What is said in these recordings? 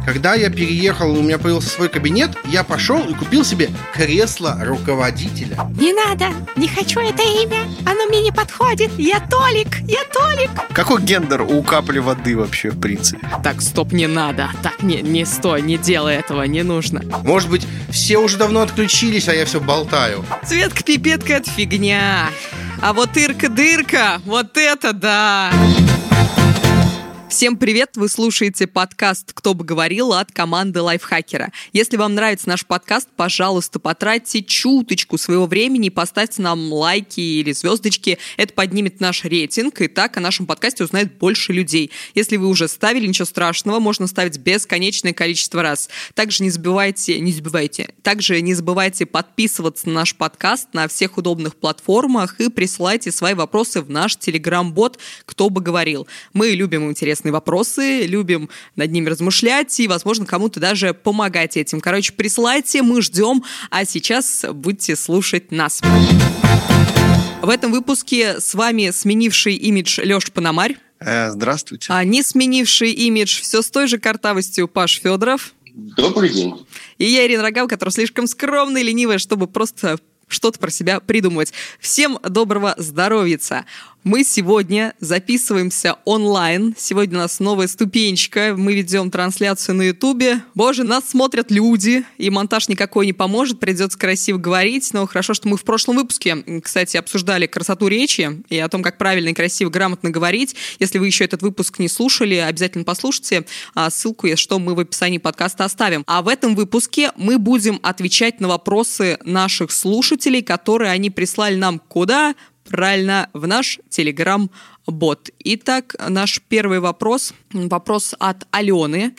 Когда я переехал, у меня появился свой кабинет, я пошел и купил себе кресло руководителя. Не надо, не хочу это имя, оно мне не подходит. Я Толик. Какой гендер у капли воды вообще, в принципе? Так, стоп, не надо. Так, не стой, не делай этого, не нужно. Может быть, все уже давно отключились, а я все болтаю. Цветка-пипетка — это фигня. А вот Ирка-дырка, вот это да! Всем привет! Вы слушаете подкаст «Кто бы говорил» от команды Лайфхакера. Если вам нравится наш подкаст, пожалуйста, потратьте чуточку своего времени и поставьте нам лайки или звездочки. Это поднимет наш рейтинг, и так о нашем подкасте узнает больше людей. Если вы уже ставили, ничего страшного, можно ставить бесконечное количество раз. Также не забывайте подписываться на наш подкаст на всех удобных платформах и присылайте свои вопросы в наш телеграм-бот «Кто бы говорил». Мы любим интересные вопросы, любим над ними размышлять и, возможно, кому-то даже помогать этим. Короче, присылайте, мы ждем, а сейчас будете слушать нас. В этом выпуске с вами сменивший имидж Леша Пономарь. Здравствуйте. А не сменивший имидж все с той же картавостью Паш Федоров. Добрый день. И я, Ирина Рогава, которая слишком скромная и ленивая, чтобы просто что-то про себя придумывать. Всем доброго здоровьица! Мы сегодня записываемся онлайн. Сегодня у нас новая ступенечка. Мы ведем трансляцию на Ютубе. Боже, нас смотрят люди, и монтаж никакой не поможет. Придется красиво говорить. Но хорошо, что мы в прошлом выпуске, кстати, обсуждали красоту речи и о том, как правильно и красиво, грамотно говорить. Если вы еще этот выпуск не слушали, обязательно послушайте. Ссылку, если что, мы в описании подкаста оставим. А в этом выпуске мы будем отвечать на вопросы наших слушателей, которые они прислали нам куда? Правильно, в наш телеграм-бот. Итак, наш первый вопрос. Вопрос от Алены.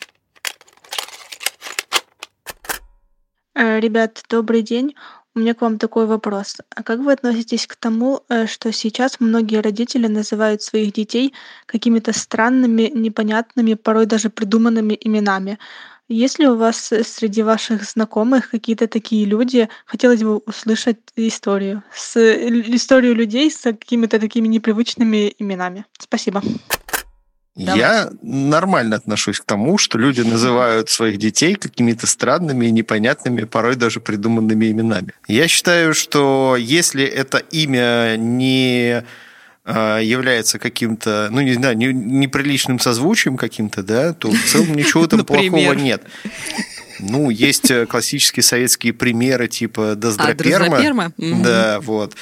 Ребят, добрый день. У меня к вам такой вопрос. А как вы относитесь к тому, что сейчас многие родители называют своих детей какими-то странными, непонятными, порой даже придуманными именами? Есть ли у вас среди ваших знакомых какие-то такие люди? Хотелось бы услышать историю людей с какими-то такими непривычными именами. Спасибо. Я нормально отношусь к тому, что люди называют своих детей какими-то странными и непонятными, порой даже придуманными именами. Я считаю, что если это имя не является каким-то, неприличным созвучием каким-то, да, то в целом ничего там плохого нет. Есть классические советские примеры типа Дрозоперма. Да, вот.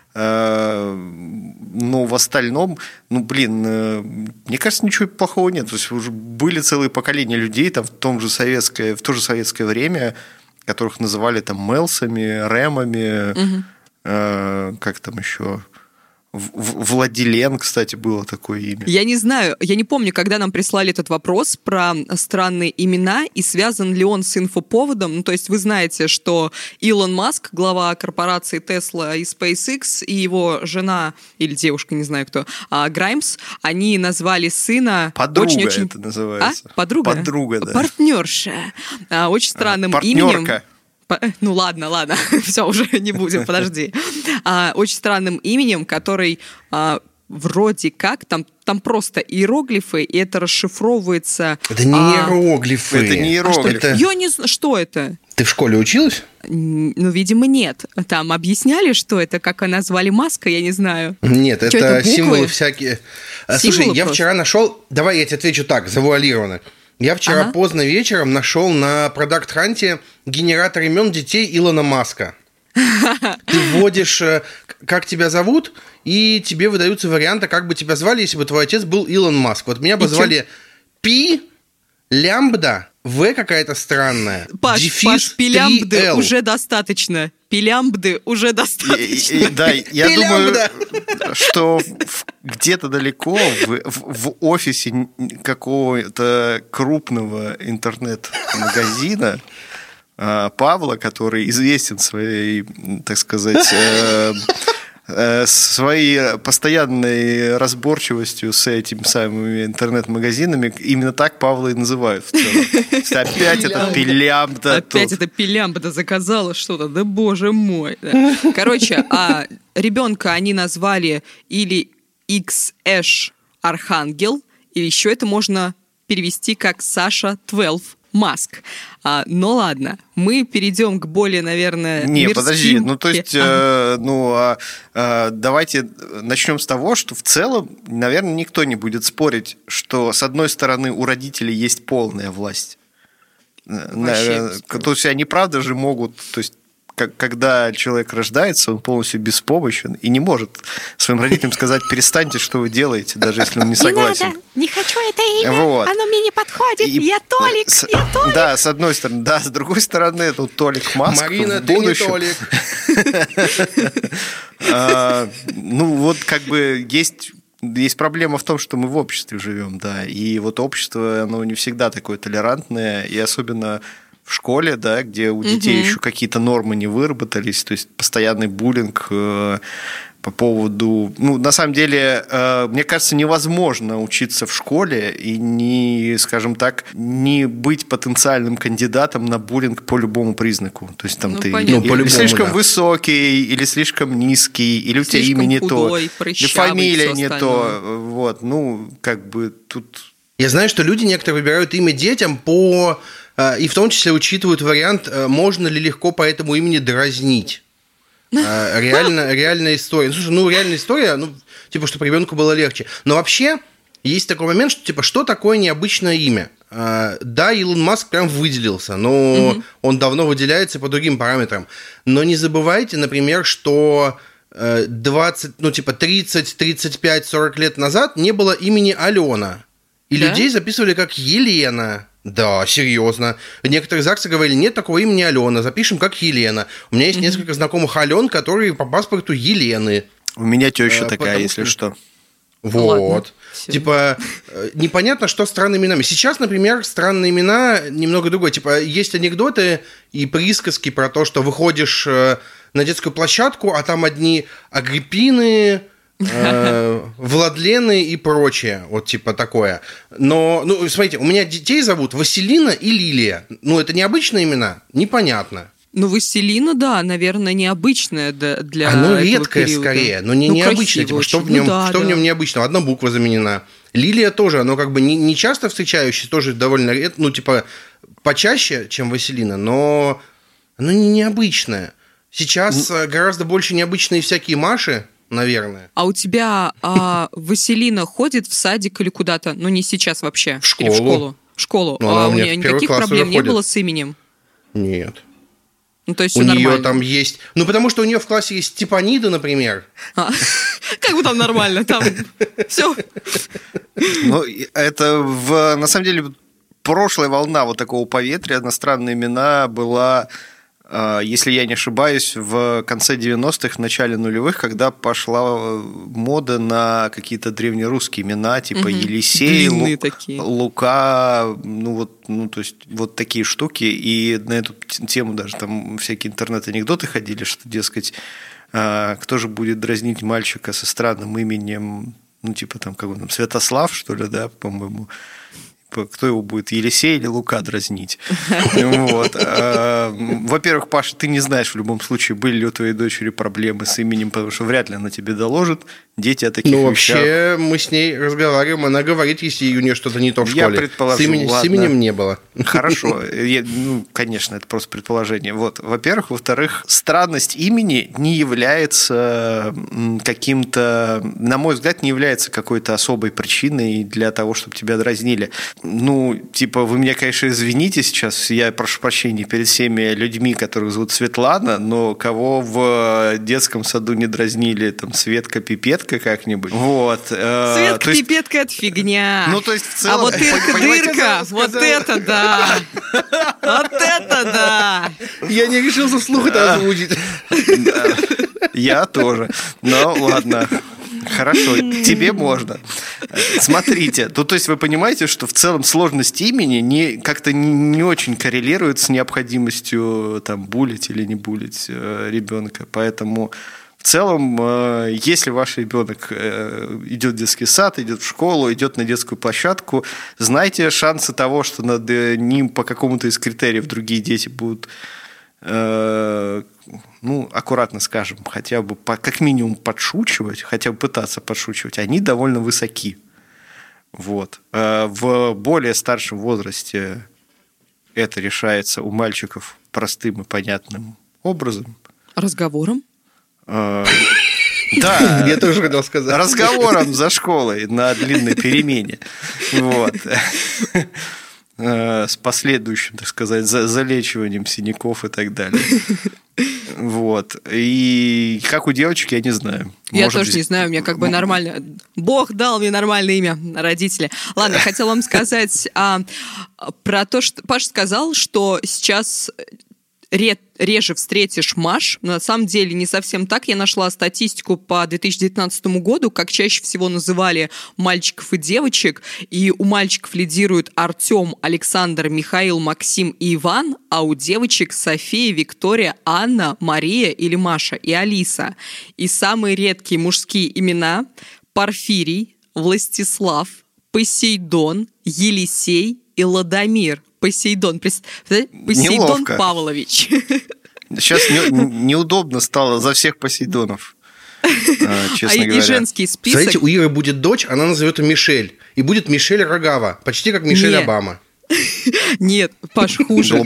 Но в остальном, мне кажется, ничего плохого нет. То есть уже были целые поколения людей там в то же советское время, которых называли там Мелсами, Рэмами, как там еще... Владилен, кстати, было такое имя. Я не знаю, я не помню, когда нам прислали этот вопрос про странные имена и связан ли он с инфоповодом. То есть вы знаете, что Илон Маск, глава корпорации Tesla и SpaceX, и его жена или девушка, не знаю кто, Граймс, они назвали сына... Подруга очень... это называется. Подруга? Подруга, да. Партнерша. Очень странным именем. Ну ладно, все, уже не будем, подожди. Очень странным именем, который вроде как, там просто иероглифы, и это расшифровывается... Это не иероглифы. Это не иероглифы. Я не знаю, что это? Ты в школе училась? Видимо, нет. Там объясняли, что это, как назвали Маска, я не знаю. Нет, что это символы всякие. Слушай, я вчера нашел... Давай я тебе отвечу так, завуалированно. Я вчера поздно вечером нашел на Product Hunt генератор имен детей Илона Маска. Ты вводишь, как тебя зовут, и тебе выдаются варианты, как бы тебя звали, если бы твой отец был Илон Маск. Вот меня бы звали Пи, Лямбда, В какая-то странная. Паш, Пилямбды уже достаточно. Да, я думаю, что где-то далеко в офисе какого-то крупного интернет-магазина Павла, который известен своей, так сказать, своей постоянной разборчивостью с этими самыми интернет-магазинами, именно так Павла и называют в целом. Опять это Пилямбда. Опять это Пилямбда заказала что-то, да боже мой. Короче, ребенка они назвали или X-Эш Архангел, или еще это можно перевести как Саша 12. Маск. Но ладно, мы перейдем к более, наверное, Не, мирским... подожди, давайте начнем с того, что в целом, наверное, никто не будет спорить, что, с одной стороны, у родителей есть полная власть. То есть они, правда же, могут... То есть когда человек рождается, он полностью беспомощен и не может своим родителям сказать: перестаньте, что вы делаете, даже если он не согласен. Не надо, не хочу это имя, вот. Оно мне не подходит, я Толик, я Толик. Да, с одной стороны. Да, с другой стороны, тут Толик Маск. Марина, в ты не будущем. Толик. Вот как бы есть проблема в том, что мы в обществе живем, да, и вот общество, оно не всегда такое толерантное, и особенно в школе, да, где у детей еще какие-то нормы не выработались, то есть постоянный буллинг по поводу... Ну, на самом деле, мне кажется, невозможно учиться в школе и не, скажем так, не быть потенциальным кандидатом на буллинг по любому признаку. То есть там ты или слишком высокий, или слишком низкий, или у тебя имя не то, или фамилия не то. Вот, ну, как бы тут... Я знаю, что люди некоторые выбирают имя детям по... И в том числе учитывают вариант, можно ли легко по этому имени дразнить. Реальная история. Слушай, реальная история, типа, чтобы ребенку было легче. Но вообще есть такой момент, что, типа, что такое необычное имя? Да, Илон Маск прям выделился, но он давно выделяется по другим параметрам. Но не забывайте, например, что 30, 35, 40 лет назад не было имени Алена. И людей записывали как Елена. Да, серьезно. Некоторые ЗАГСы говорили: нет такого имени Алена, запишем как Елена. У меня есть несколько знакомых Ален, которые по паспорту Елены. У меня теща такая, если что. Вот. Ладно, типа, непонятно, что с странными именами. Сейчас, например, странные имена немного другое. Типа, есть анекдоты и присказки про то, что выходишь на детскую площадку, а там одни Агриппины, Владлены и прочее, вот типа такое. Но, смотрите, у меня детей зовут Василина и Лилия. Это необычные имена? Непонятно. Василина, да, наверное, необычная для оно этого редкое периода. скорее, но не необычное. Типа, что в нем необычного? Одна буква заменена. Лилия тоже, оно как бы не часто встречающееся, тоже довольно редко, почаще, чем Василина, но оно не необычное. Сейчас гораздо больше необычные всякие Маши, наверное. А у тебя Василина ходит в садик или куда-то? Не сейчас вообще. В школу. Или в школу? В школу. А у нее никаких проблем не было с именем? Нет. То есть у все нее нормально. там есть... потому что у нее в классе есть Степанида, например. Как бы там нормально, там все. Это на самом деле прошлая волна вот такого поветрия на странные имена была, если я не ошибаюсь, в конце 90-х, начале нулевых, когда пошла мода на какие-то древнерусские имена, типа Елисей, Лука, то есть вот такие штуки. И на эту тему даже там всякие интернет-анекдоты ходили, что, дескать, кто же будет дразнить мальчика со странным именем, Святослав, что ли, да, по-моему. Кто его будет, Елисей или Лука, дразнить? Во-первых, Паша, ты не знаешь в любом случае, были ли у твоей дочери проблемы с именем, потому что вряд ли она тебе доложит. Дети о таких вещах... вообще мы с ней разговариваем, она говорит, если у нее что-то не то в школе. Я предположу, с именем не было. Хорошо, конечно, это просто предположение. Во-первых. Во-вторых, странность имени не является каким-то, на мой взгляд, не является какой-то особой причиной для того, чтобы тебя дразнили. Вы меня, конечно, извините сейчас, я прошу прощения перед всеми людьми, которых зовут Светлана, но кого в детском саду не дразнили, Светка, Пипетка как-нибудь. Светка, Пипетка – это фигня. То есть в целом... А вот Ирка-дырка, вот это да! Вот это да! Я не решился вслух это озвучить. Я тоже. Ладно. Хорошо, тебе можно. Смотрите, то есть вы понимаете, что в целом сложность имени как-то не очень коррелирует с необходимостью буллить или не буллить ребенка. Поэтому в целом, если ваш ребенок идет в детский сад, идет в школу, идет на детскую площадку, знайте, шансы того, что над ним по какому-то из критериев другие дети будут, аккуратно скажем, хотя бы как минимум подшучивать, хотя бы пытаться подшучивать, они довольно высоки. В более старшем возрасте это решается у мальчиков простым и понятным образом. Разговором? Да. Я тоже хотел сказать. Разговором за школой на длинной перемене. Вот. С последующим, так сказать, залечиванием синяков и так далее. Вот. И как у девочек, я не знаю. Я тоже не знаю, у меня как бы нормально. Бог дал мне нормальное имя, родители. Ладно, хотела вам сказать про то, что Паша сказал, что сейчас реже встретишь Маш. Но на самом деле не совсем так. Я нашла статистику по 2019 году, как чаще всего называли мальчиков и девочек. И у мальчиков лидируют Артем, Александр, Михаил, Максим и Иван, а у девочек София, Виктория, Анна, Мария или Маша и Алиса. И самые редкие мужские имена – Порфирий, Властислав, Посейдон, Елисей и Ладомир. Посейдон Неловко. Павлович. Сейчас неудобно стало за всех Посейдонов, честно говоря. И женский список. Знаете, у Иры будет дочь, она назовет ее Мишель. И будет Мишель Рогава, почти как Мишель Обама. Нет, Паш, хуже.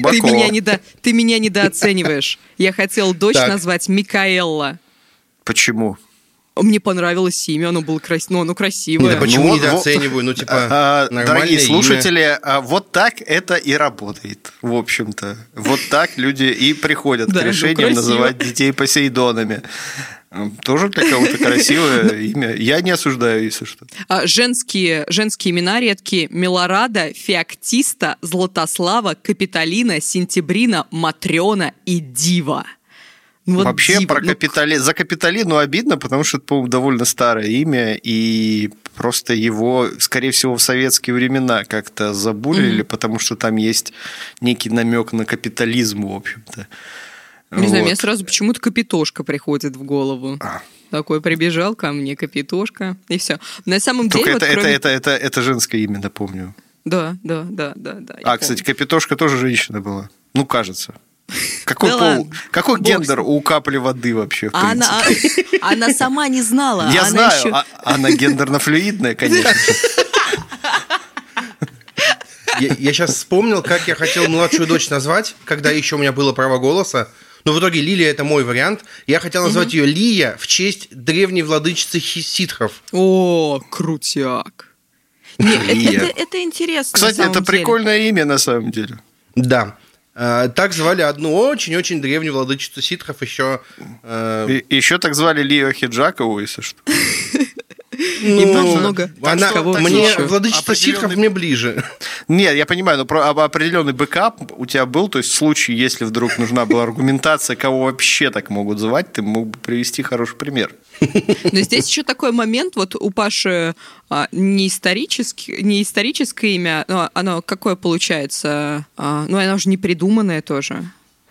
Ты меня недооцениваешь. Я хотел дочь назвать Микаэлла. Почему? Мне понравилось имя, оно было красивое. Да почему недооцениваю? Дорогие слушатели, вот так это и работает, в общем-то. Вот так люди и приходят к решению называть детей Посейдонами. Тоже для кого-то красивое имя. Я не осуждаю, если что. Женские имена редкие. Милорада, Феоктиста, Златослава, Капитолина, Сентябрина, Матрена и Дива. Вот вообще за Капитолину обидно, потому что это, по-моему, довольно старое имя, и просто его, скорее всего, в советские времена как-то забулили, потому что там есть некий намек на капитализм, в общем-то. Не знаю, мне сразу почему-то Капитошка приходит в голову. Такой прибежал ко мне, Капитошка, и все. На самом деле... Это женское имя, напомню. Да. Кстати, Капитошка тоже женщина была. Ну, кажется. Какой пол? Какой гендер у капли воды вообще, в принципе? Она сама не знала. Я знаю, она гендерно-флюидная, конечно. Я сейчас вспомнил, как я хотел младшую дочь назвать, когда еще у меня было право голоса. Но в итоге Лилия – это мой вариант. Я хотел назвать ее Лия в честь древней владычицы ситхов. О, крутяк. Это интересно. Кстати, это прикольное имя на самом деле. Да. Так звали одну очень-очень древнюю владычицу ситхов еще... Еще так звали Лию Хиджакову, если что. Много. Мне владычица ситхов мне ближе. Нет, я понимаю, но определенный бэкап у тебя был, то есть в случае, если вдруг нужна была аргументация, кого вообще так могут звать, ты мог бы привести хороший пример. Но здесь еще такой момент, вот у Паши не историческое имя, но оно какое получается? Оно же не придуманное тоже.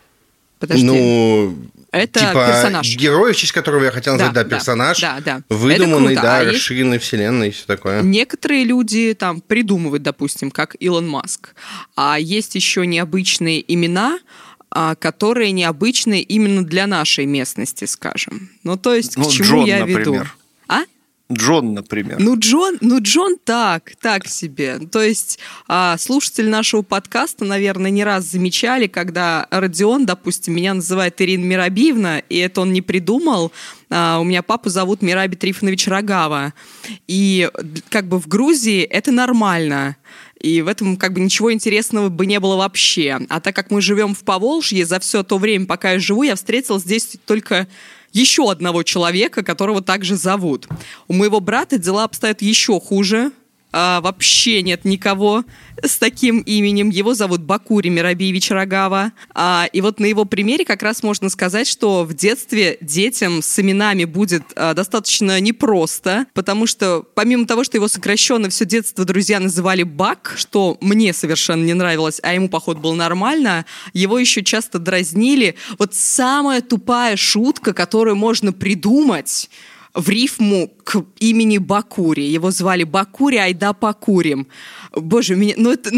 Подожди. Это типа персонаж. Герой, в честь которого я хотел назвать, персонаж. Да. Выдуманный, расширенной вселенной и все такое. Некоторые люди там придумывают, допустим, как Илон Маск. А есть еще необычные имена, которые необычны именно для нашей местности, скажем. То есть, к чему Джон, я например. веду? Джон, например. Джон так себе. То есть слушатели нашего подкаста, наверное, не раз замечали, когда Родион, допустим, меня называет Ирина Мирабиевна, и это он не придумал. У меня папу зовут Мираби Трифонович Рогава. И как бы в Грузии это нормально. И в этом как бы ничего интересного бы не было вообще. А так как мы живем в Поволжье, за все то время, пока я живу, я встретила здесь только еще одного человека, которого также зовут. У моего брата дела обстоят еще хуже. Вообще нет никого с таким именем. Его зовут Бакури Мирабиевич Рогава. И вот на его примере как раз можно сказать, что в детстве детям с именами будет достаточно непросто, потому что помимо того, что его сокращенно все детство друзья называли Бак, что мне совершенно не нравилось, а ему, походу, было нормально, его еще часто дразнили. Вот самая тупая шутка, которую можно придумать в рифму к имени Бакури. Его звали Бакури, айда покурим. Боже, меня...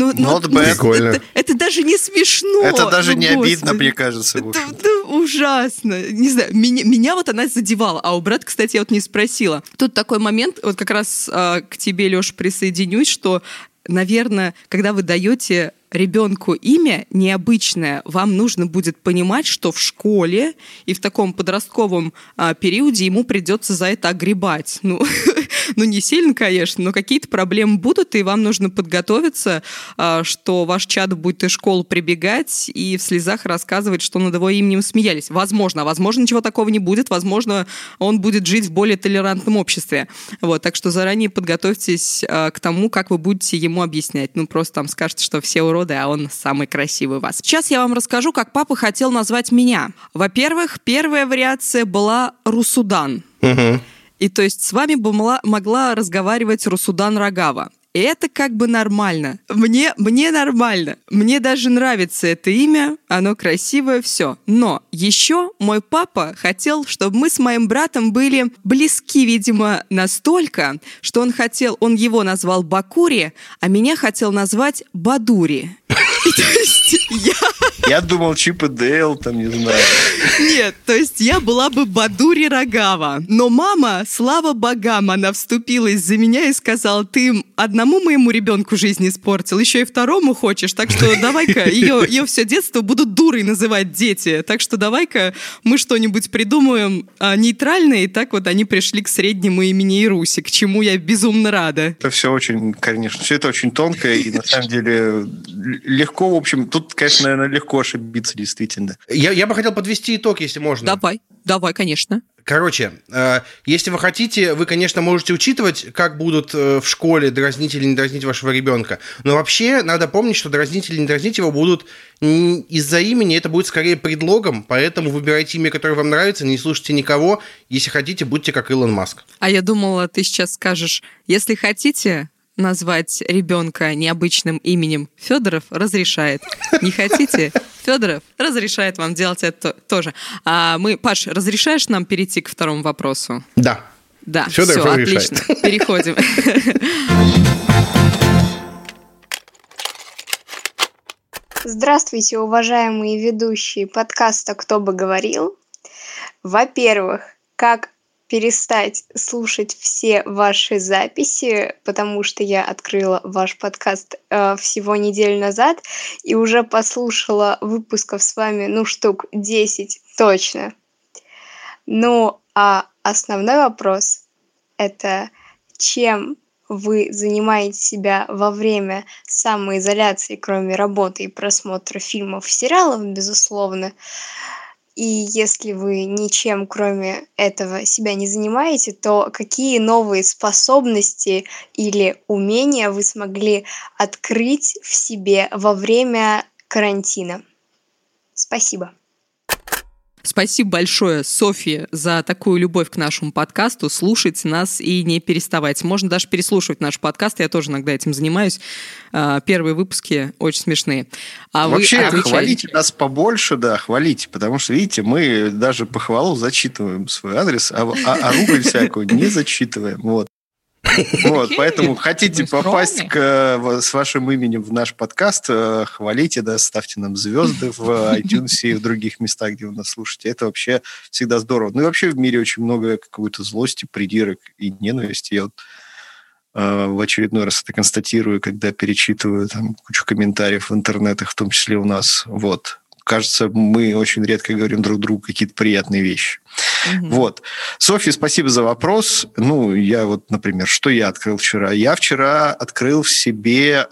Это даже не смешно. Это даже не обидно, мне кажется. Это ужасно. Не знаю, меня вот она задевала. А у брата, кстати, я вот не спросила. Тут такой момент, вот как раз к тебе, Леша, присоединюсь, что, наверное, когда вы даете ребенку имя необычное, вам нужно будет понимать, что в школе и в таком подростковом периоде ему придется за это огребать. Ну, не сильно, конечно, но какие-то проблемы будут, и вам нужно подготовиться, что ваш чад будет из школы прибегать и в слезах рассказывать, что над его именем смеялись. Возможно, ничего такого не будет. Возможно, он будет жить в более толерантном обществе. Вот, так что заранее подготовьтесь к тому, как вы будете ему объяснять. Ну, просто там скажете, что все уроды, а он самый красивый у вас. Сейчас я вам расскажу, как папа хотел назвать меня. Во-первых, первая вариация была Русудан. И то есть с вами бы могла разговаривать Русудан Рогава. И это как бы нормально. Мне нормально. Мне даже нравится это имя, оно красивое, все. Но еще мой папа хотел, чтобы мы с моим братом были близки, видимо, настолько, что он его назвал Бакури, а меня хотел назвать Бадури. Я думал, Чип и Дейл, там, не знаю. Нет, то есть я была бы Бадури Рогава. Но мама, слава богам, она вступилась за меня и сказала: ты одному моему ребенку жизнь испортил, еще и второму хочешь, так что давай-ка, ее все детство будут дурой называть дети, так что давай-ка мы что-нибудь придумаем нейтральное, и так вот они пришли к среднему имени Ируси, к чему я безумно рада. Это все очень, конечно, все это очень тонко, и на самом деле легко, в общем, тут, конечно, наверное, легко ошибиться, действительно. Я бы хотел подвести итог, если можно. Давай, конечно. Короче, если вы хотите, вы, конечно, можете учитывать, как будут в школе дразнить или не дразнить вашего ребенка. Но вообще надо помнить, что дразнить или не дразнить его будут из-за имени, это будет скорее предлогом, поэтому выбирайте имя, которое вам нравится, не слушайте никого. Если хотите, будьте как Илон Маск. А я думала, ты сейчас скажешь, если хотите назвать ребенка необычным именем, Федоров разрешает. Не хотите? Федоров разрешает вам делать это тоже. Паш, разрешаешь нам перейти к второму вопросу? Да. Да, Федоров все, разрешает. Отлично. Переходим. Здравствуйте, уважаемые ведущие подкаста «Кто бы говорил». Во-первых, как перестать слушать все ваши записи, потому что я открыла ваш подкаст всего неделю назад и уже послушала выпусков с вами, штук 10 точно. А основной вопрос – это чем вы занимаете себя во время самоизоляции, кроме работы и просмотра фильмов, сериалов, безусловно. И если вы ничем, кроме этого, себя не занимаете, то какие новые способности или умения вы смогли открыть в себе во время карантина? Спасибо. Спасибо большое, Софья, за такую любовь к нашему подкасту. Слушайте нас и не переставайте. Можно даже переслушивать наш подкаст. Я тоже иногда этим занимаюсь. Первые выпуски очень смешные. Вообще, хвалите нас побольше, да, хвалите. Потому что, видите, мы даже похвалу зачитываем свой адрес, а ругань всякую не зачитываем. Вот. Поэтому хотите попасть с вашим именем в наш подкаст, хвалите, да, ставьте нам звезды в iTunes и в других местах, где вы нас слушаете. Это вообще всегда здорово. И вообще в мире очень много какой-то злости, придирок и ненависти. Я в очередной раз это констатирую, когда перечитываю там кучу комментариев в интернетах, в том числе у нас. Кажется, мы очень редко говорим друг другу какие-то приятные вещи. Софья, спасибо за вопрос. Я например, что я открыл вчера? Я вчера открыл в себе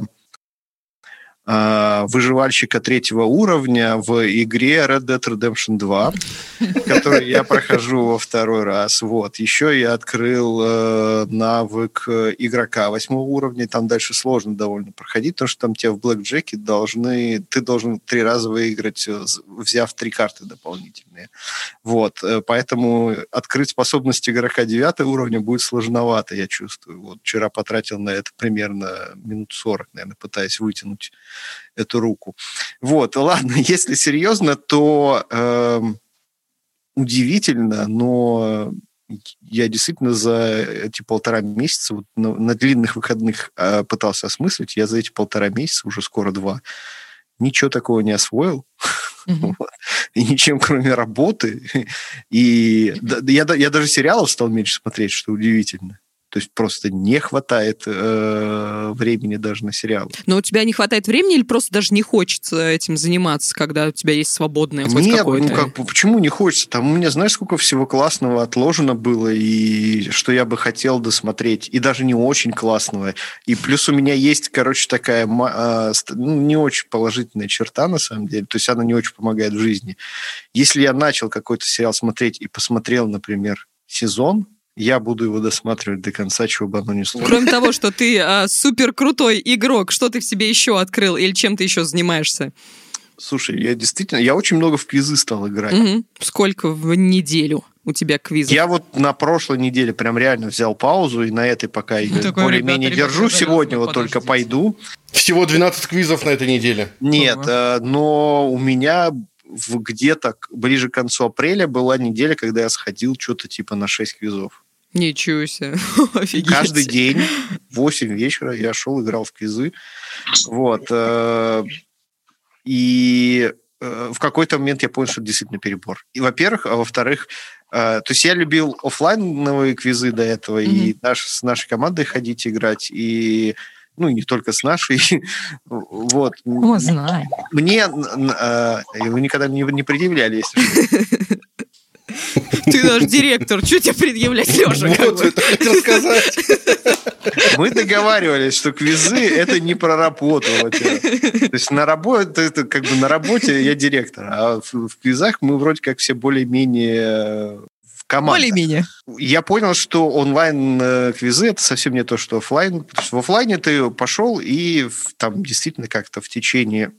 выживальщика 3-го уровня в игре Red Dead Redemption 2, которую я прохожу во второй раз. Еще я открыл навык игрока 8-го уровня, там дальше сложно довольно проходить, потому что там тебя в блэкджеке ты должен 3 раза выиграть, взяв 3 карты дополнительные. Поэтому открыть способность игрока 9-го уровня будет сложновато, я чувствую. Вчера потратил на это примерно минут 40, наверное, пытаясь вытянуть эту руку. Ладно, если серьезно, то удивительно, но я действительно за эти 1,5 месяца на длинных выходных пытался осмыслить. Я за эти 1,5 месяца, уже скоро 2, ничего такого не освоил. И ничем, кроме работы. И я даже сериалов стал меньше смотреть, что удивительно. То есть просто не хватает времени даже на сериалы. Но у тебя не хватает времени или просто даже не хочется этим заниматься, когда у тебя есть свободное хоть какое-то? Нет, почему не хочется? Там у меня, знаешь, сколько всего классного отложено было, и что я бы хотел досмотреть, и даже не очень классного. И плюс у меня есть, такая не очень положительная черта, на самом деле, то есть она не очень помогает в жизни. Если я начал какой-то сериал смотреть и посмотрел, например, сезон, я буду его досматривать до конца, чего бы оно ни стоило. Кроме того, что ты супер крутой игрок, что ты в себе еще открыл или чем ты еще занимаешься? Слушай, я очень много в квизы стал играть. Угу. Сколько в неделю у тебя квизов? Я вот на прошлой неделе прям реально взял паузу, и на этой пока более-менее держу. Сегодня вот только пойду. Всего 12 квизов на этой неделе. Нет, но у меня где-то ближе к концу апреля была неделя, когда я сходил что-то типа на 6 квизов. Ничего себе. Офигеть. Каждый день в 8 вечера я шел, играл в квизы. Вот. И в какой-то момент я понял, что это действительно перебор. И, во-первых, а во-вторых, то есть я любил офлайновые квизы до этого, и с нашей командой ходить играть, и не только с нашей. Вот. О, знаю. Мне вы никогда не предъявляли, если что. Ты наш директор, что тебе предъявлять, Леша? Вот, это хотел сказать. Мы договаривались, что квизы – это не про работу. То есть на работе я директор, а в квизах мы вроде как все более-менее в команде. Более-менее. Я понял, что онлайн-квизы – это совсем не то, что офлайн. Потому что в офлайне ты пошел и там действительно как-то в течение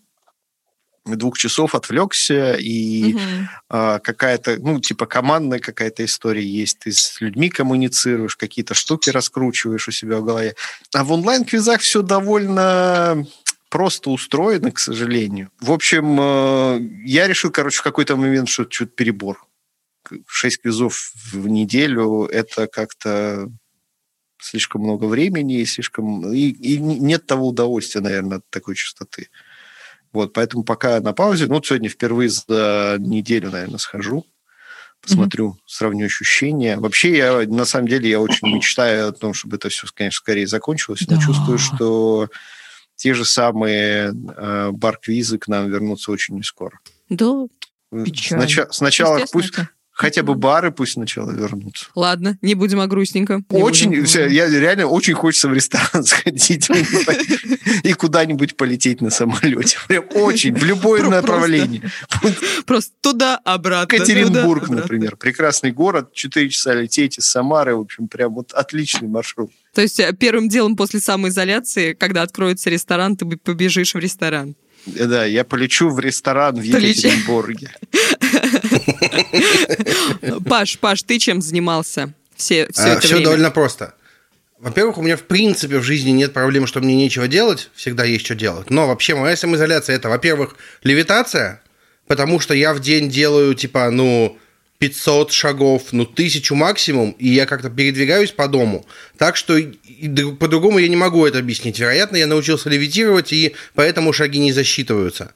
2 часов отвлекся, и какая-то, командная какая-то история есть. Ты с людьми коммуницируешь, какие-то штуки раскручиваешь у себя в голове. А в онлайн-квизах все довольно просто устроено, к сожалению. В общем, я решил, в какой-то момент, что это что-то перебор. 6 квизов в неделю – это как-то слишком много времени, и нет того удовольствия, наверное, от такой частоты. Вот, поэтому пока на паузе. Сегодня впервые за неделю, наверное, схожу, посмотрю, сравню ощущения. Вообще, на самом деле, я очень мечтаю о том, чтобы это все, конечно, скорее закончилось, но чувствую, что те же самые бар-квизы к нам вернутся очень нескоро. Да, Сначала пусть... Хотя бы бары пусть сначала вернутся. Ладно, не будем о грустненьком. Реально очень хочется в ресторан сходить и куда-нибудь полететь на самолете. Прям очень, в любое направление. Просто туда-обратно. Екатеринбург, например. Прекрасный город, 4 часа лететь из Самары. В общем, прям вот отличный маршрут. То есть первым делом после самоизоляции, когда откроется ресторан, ты побежишь в ресторан? Да, я полечу в ресторан в Екатеринбурге. Паш, ты чем занимался все это время? Все довольно просто. Во-первых, у меня в принципе в жизни нет проблем, что мне нечего делать, всегда есть что делать. Но вообще моя самоизоляция – это, во-первых, левитация, потому что я в день делаю 500 шагов, 1000 максимум, и я как-то передвигаюсь по дому. Так что по-другому я не могу это объяснить. Вероятно, я научился левитировать, и поэтому шаги не засчитываются.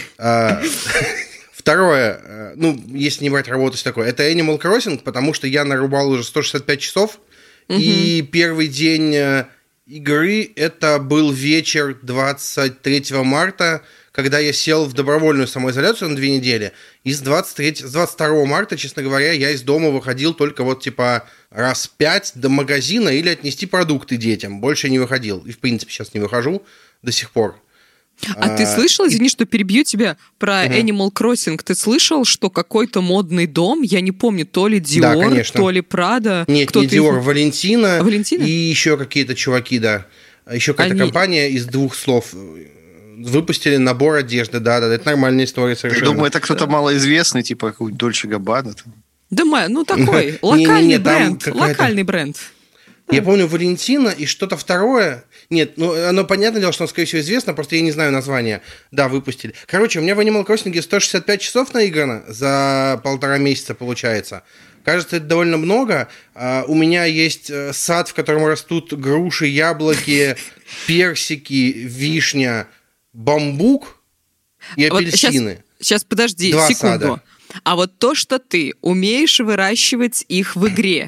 Второе, если не брать работу такое, это Animal Crossing, потому что я нарубал уже 165 часов, и первый день игры это был вечер 23 марта, когда я сел в добровольную самоизоляцию на 2 недели, и с 22 марта, честно говоря, я из дома выходил только раз 5 до магазина или отнести продукты детям. Больше я не выходил. И, в принципе, сейчас не выхожу до сих пор. А ты слышал, извини, что перебью тебя, про Animal Crossing? Ты слышал, что какой-то модный дом, я не помню, то ли Dior, то ли Prada? Нет, не Dior, Валентина. Валентина? И еще какие-то чуваки, да. Еще какая-то компания из 2 слов выпустили набор одежды, да, это нормальная история совершенно. Я думаю, это кто-то малоизвестный, типа какой-нибудь Дольче Габбана. Да, такой, локальный бренд, локальный бренд. Я помню Валентина и что-то второе. Нет, оно понятное дело, что оно, скорее всего, известно, просто я не знаю название. Да, выпустили. Короче, у меня в Animal Crossing 165 часов наиграно за 1,5 месяца, получается. Кажется, это довольно много. У меня есть сад, в котором растут груши, яблоки, персики, вишня, бамбук и апельсины. Сейчас подожди, 2 секунду. сада. А вот то, что ты умеешь выращивать их в игре,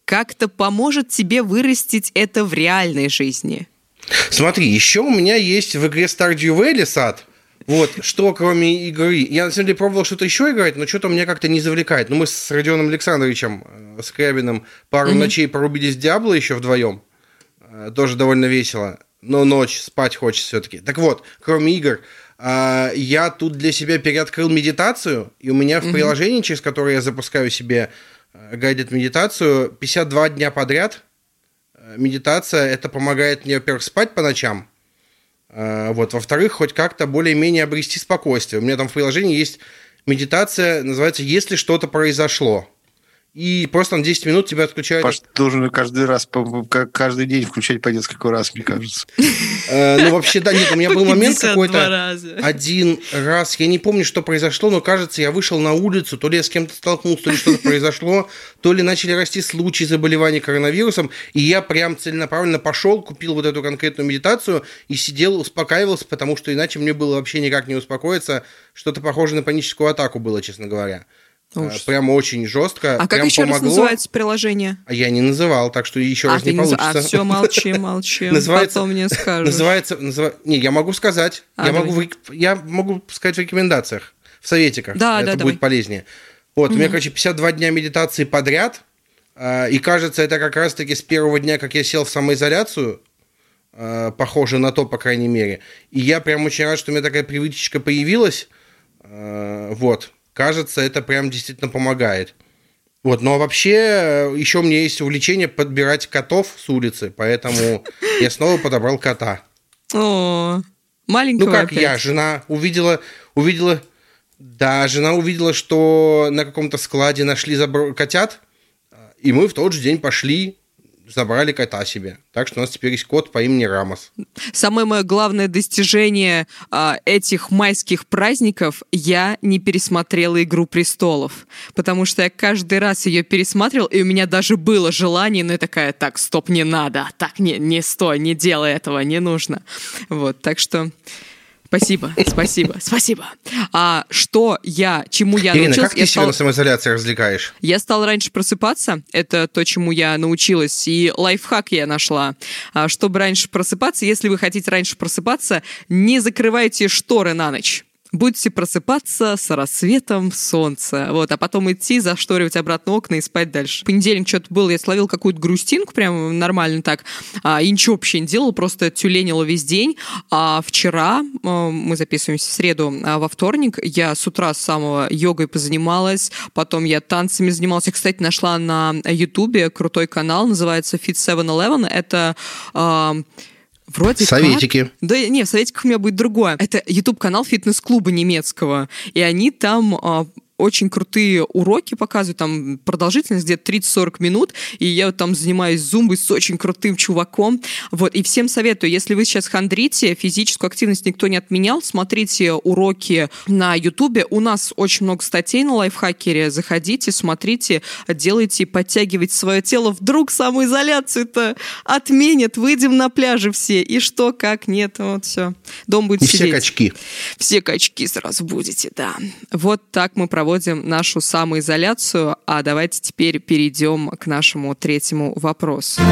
как-то поможет тебе вырастить это в реальной жизни? Смотри, еще у меня есть в игре Stardew Valley сад. Вот, что кроме игры. Я, на самом деле, пробовал что-то еще играть, но что-то меня как-то не завлекает. Ну, мы с Родионом Александровичем Скрябиным пару ночей порубились в Диабло еще вдвоем. Тоже довольно весело. Но ночь, спать хочется все-таки. Так вот, кроме игр, я тут для себя переоткрыл медитацию, и у меня в приложении, через которое я запускаю себе гайдед медитацию, 52 дня подряд медитация. Это помогает мне, во-первых, спать по ночам. Вот, во-вторых, хоть как-то более-менее обрести спокойствие. У меня там в приложении есть медитация, называется «Если что-то произошло». И просто на 10 минут тебя отключают. Паш, ты должен каждый раз, каждый день включать по несколько раз, мне кажется. Ну, вообще, да, нет, у меня был момент какой-то один раз, я не помню, что произошло, но, кажется, я вышел на улицу, то ли я с кем-то столкнулся, то ли что-то произошло, то ли начали расти случаи заболевания коронавирусом, и я прям целенаправленно пошел, купил вот эту конкретную медитацию и сидел, успокаивался, потому что иначе мне было вообще никак не успокоиться. Что-то похожее на паническую атаку было, честно говоря. Прямо очень жестко. А как еще раз называется приложение? А я не называл, так что еще раз не получится. А все, молчи, потом мне скажешь. Не, я могу сказать. Я могу сказать в рекомендациях, в советиках. Это будет полезнее. Вот, у меня, короче, 52 дня медитации подряд. И кажется, это как раз-таки с первого дня, как я сел в самоизоляцию, похоже на то, по крайней мере. И я прям очень рад, что у меня такая привычка появилась. Вот. Кажется, это прям действительно помогает. Вот, но вообще еще у меня есть увлечение подбирать котов с улицы, поэтому я снова подобрал кота. О, маленького. Ну как опять. Жена увидела, что на каком-то складе нашли котят, и мы в тот же день пошли, забрали кота себе. Так что у нас теперь есть кот по имени Рамос. Самое мое главное достижение этих майских праздников — я не пересмотрела «Игру престолов». Потому что я каждый раз ее пересматривала, и у меня даже было желание, но я такая: так, стоп, не надо, так, не стой, не делай этого, не нужно. Вот, так что... Спасибо. Чему я Ирина, научилась... как ты себя на самоизоляции развлекаешь? Я стала раньше просыпаться, это то, чему я научилась, и лайфхак я нашла. Чтобы раньше просыпаться, если вы хотите раньше просыпаться, не закрывайте шторы на ночь. Будете просыпаться с рассветом солнца, вот, а потом идти, зашторивать обратно окна и спать дальше. В понедельник что-то было, я словила какую-то грустинку, прям нормально так, и ничего вообще не делала, просто тюленила весь день. А вчера, мы записываемся в среду, а во вторник я с утра с самого йогой позанималась, потом я танцами занималась. Я, кстати, нашла на Ютубе крутой канал, называется Fit 711, это... Вроде советики. Как. Да, не, в советиках у меня будет другое. Это YouTube-канал фитнес-клуба немецкого. И они там очень крутые уроки показывают, там продолжительность где-то 30-40 минут, и я вот там занимаюсь зумбой с очень крутым чуваком. Вот, и всем советую, если вы сейчас хандрите, физическую активность никто не отменял, смотрите уроки на Ютубе. У нас очень много статей на Лайфхакере. Заходите, смотрите, делайте, подтягивайте свое тело. Вдруг самоизоляцию-то отменят, выйдем на пляже все. И что, как, нет, вот все. Дом будет сидеть. Все качки. Все качки сразу будете, да. Вот так мы проводим нашу самоизоляцию, а давайте теперь перейдем к нашему третьему вопросу.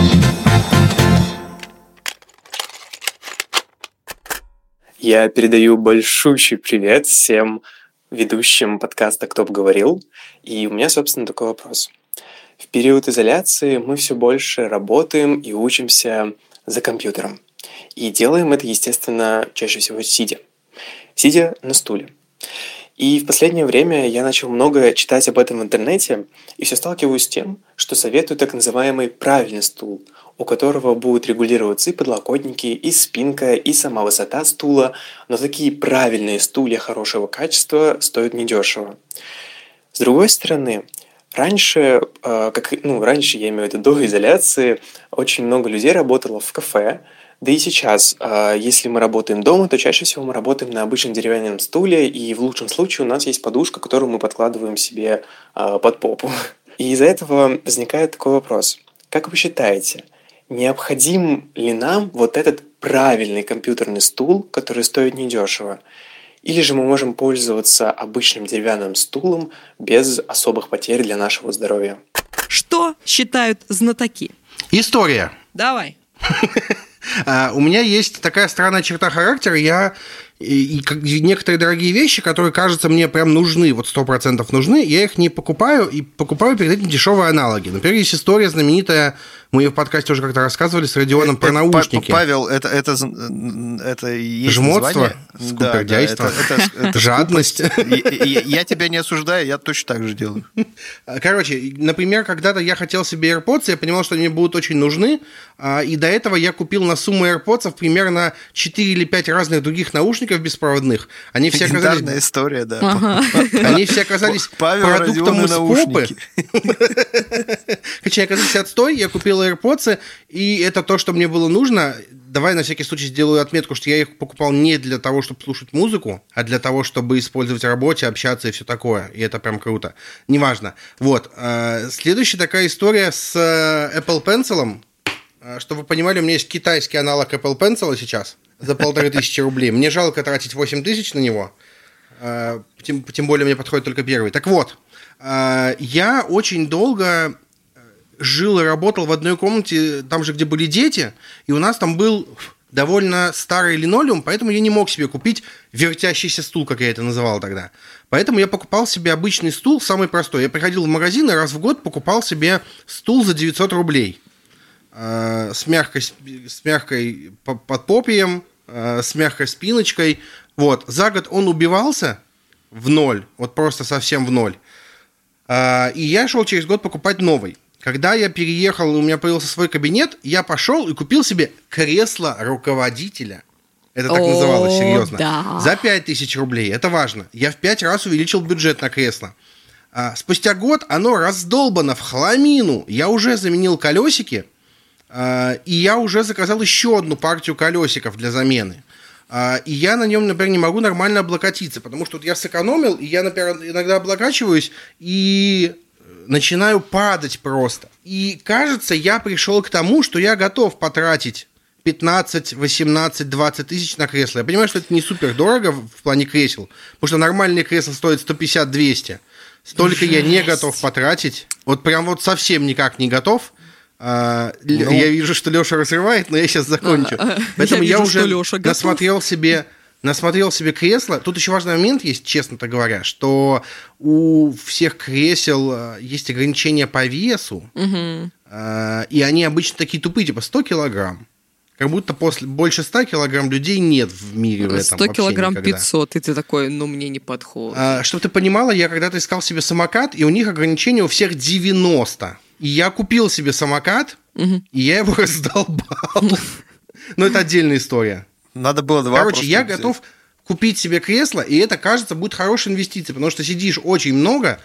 Я передаю большущий привет всем ведущим подкаста «Кто бы говорил». И у меня, собственно, такой вопрос. В период изоляции мы все больше работаем и учимся за компьютером. И делаем это, естественно, чаще всего сидя на стуле. И в последнее время я начал много читать об этом в интернете, и все сталкиваюсь с тем, что советуют так называемый правильный стул, у которого будут регулироваться и подлокотники, и спинка, и сама высота стула, но такие правильные стулья хорошего качества стоят недешево. С другой стороны, раньше, раньше, я имею в виду до изоляции, очень много людей работало в кафе. Да и сейчас, если мы работаем дома, то чаще всего мы работаем на обычном деревянном стуле, и в лучшем случае у нас есть подушка, которую мы подкладываем себе под попу. И из-за этого возникает такой вопрос. Как вы считаете, необходим ли нам вот этот правильный компьютерный стул, который стоит недешево? Или же мы можем пользоваться обычным деревянным стулом без особых потерь для нашего здоровья? Что считают знатоки? История. Давай. У меня есть такая странная черта характера. Я и некоторые дорогие вещи, которые, кажется, мне прям нужны, вот 100% нужны, я их не покупаю, и покупаю перед этим дешевые аналоги. Например, есть история знаменитая, мы ее в подкасте уже как-то рассказывали с Родионом про наушники. Павел, это есть жмотство, название? скупердяйство, это жадность. Я тебя не осуждаю, я точно так же делаю. Короче, например, когда-то я хотел себе AirPods, я понимал, что они мне будут очень нужны, и до этого я купил на сумму AirPods примерно 4 или 5 разных других наушников беспроводных. Они все оказались... Легендарная история, да. Они все оказались продуктом из попы. Короче, оказались отстой, я купил AirPods, и это то, что мне было нужно. Давай на всякий случай сделаю отметку, что я их покупал не для того, чтобы слушать музыку, а для того, чтобы использовать в работе, общаться и все такое. И это прям круто. Неважно. Вот. Следующая такая история с Apple Pencil. Чтобы вы понимали, у меня есть китайский аналог Apple Pencil сейчас за 1500 рублей. Мне жалко тратить 8000 на него. Тем более мне подходит только первый. Так вот, я очень долго жил и работал в одной комнате, там же, где были дети, и у нас там был довольно старый линолеум, поэтому я не мог себе купить вертящийся стул, как я это называл тогда. Поэтому я покупал себе обычный стул, самый простой. Я приходил в магазин и раз в год покупал себе стул за 900 рублей. С мягкой подпопием, с мягкой спиночкой. Вот. За год он убивался в ноль, вот просто совсем в ноль. И я шел через год покупать новый. Когда я переехал, у меня появился свой кабинет, я пошел и купил себе кресло руководителя. Это так называлось, серьезно. Да. За 5000 рублей. Это важно. Я в 5 раз увеличил бюджет на кресло. Спустя год оно раздолбано в хламину. Я уже заменил колесики, и я уже заказал еще одну партию колесиков для замены. И я на нем, например, не могу нормально облокотиться, потому что вот я сэкономил, и я, например, иногда облокачиваюсь и начинаю падать просто. И кажется, я пришел к тому, что я готов потратить 15, 18, 20 тысяч на кресло. Я понимаю, что это не супер дорого в плане кресел, потому что нормальные кресла стоят 150-200. Столько я не готов потратить. Вот прям вот совсем никак не готов. Я вижу, что Леша разрывает, но я сейчас закончу. Поэтому я уже насмотрел себе кресло. Тут еще важный момент есть, честно-то говоря, что у всех кресел есть ограничения по весу, и они обычно такие тупые, типа 100 килограмм. Как будто больше 100 килограмм людей нет в мире в этом 100 килограмм никогда. 500, и ты такой, мне не подходит. Чтобы ты понимала, я когда-то искал себе самокат, и у них ограничение у всех 90. И я купил себе самокат, и я его раздолбал. Но это отдельная история. Надо было два. Короче, я готов купить себе кресло, и это, кажется, будет хорошей инвестицией, потому что сидишь очень много,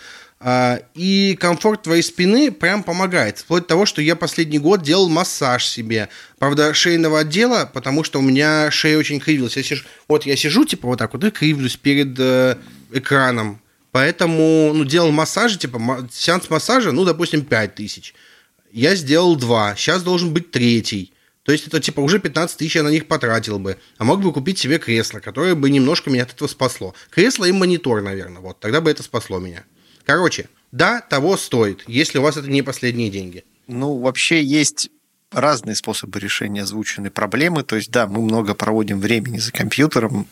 и комфорт твоей спины прям помогает. Вплоть до того, что я последний год делал массаж себе. Правда, шейного отдела, потому что у меня шея очень кривилась. Я сижу типа вот так вот и кривлюсь перед экраном. Поэтому делал массажи, типа сеанс массажа, допустим, 5000. Я сделал 2, сейчас должен быть 3. То есть это типа уже 15 тысяч я на них потратил бы. А мог бы купить себе кресло, которое бы немножко меня от этого спасло. Кресло и монитор, наверное, вот. Тогда бы это спасло меня. Короче, да, того стоит, если у вас это не последние деньги. Вообще есть разные способы решения озвученной проблемы. То есть, да, мы много проводим времени за компьютером.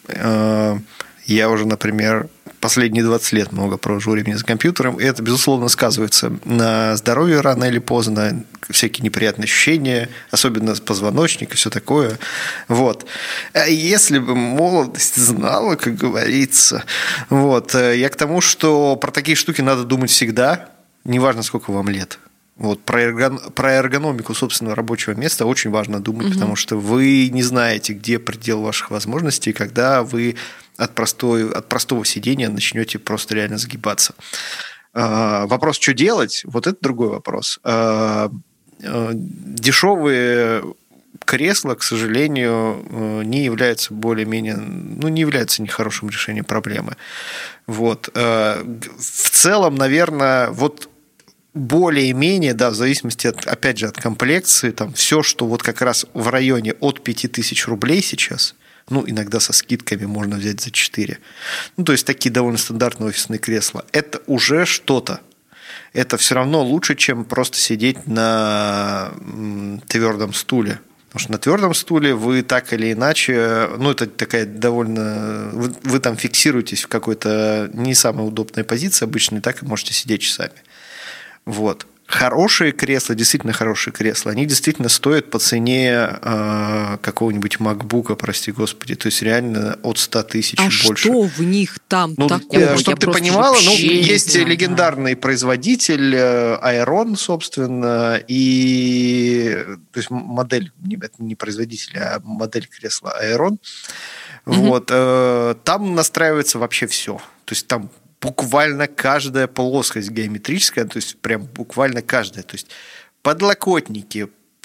Я уже, например, последние 20 лет много провожу времени за компьютером, и это, безусловно, сказывается на здоровье рано или поздно, всякие неприятные ощущения, особенно позвоночник и все такое. Вот. Если бы молодость знала, как говорится. Вот. Я к тому, что про такие штуки надо думать всегда, неважно, сколько вам лет. Вот, про эргономику собственного рабочего места очень важно думать, потому что вы не знаете, где предел ваших возможностей, когда вы от простого сидения начнете просто реально загибаться. Вопрос, что делать, вот это другой вопрос. Дешевые кресла, к сожалению, не являются более-менее, не являются нехорошим решением проблемы. Вот. В целом, наверное, более-менее, да, в зависимости опять же, от комплекции, там все, что вот как раз в районе от 5000 рублей сейчас, иногда со скидками можно взять за 4. То есть такие довольно стандартные офисные кресла. Это уже что-то. это все равно лучше, чем просто сидеть на твердом стуле. Потому что на твердом стуле вы так или иначе, ну, это такая довольно... Вы там фиксируетесь в какой-то не самой удобной позиции обычно, и так и можете сидеть часами. Вот. Хорошие кресла, действительно хорошие кресла, они действительно стоят по цене какого-нибудь MacBook'а, прости господи, то есть реально от 100 тысяч и больше. А что в них там такого? Чтобы ты понимала, есть легендарный производитель Aeron, собственно, и то есть модель, не производитель, а модель кресла Aeron. Вот, там настраивается вообще все. То есть там буквально каждая плоскость геометрическая, то есть прям буквально каждая. То есть подлокотники,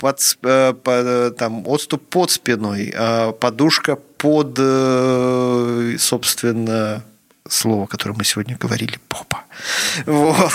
там, отступ под спиной, подушка под, собственно, слово, которое мы сегодня говорили, попа. Вот.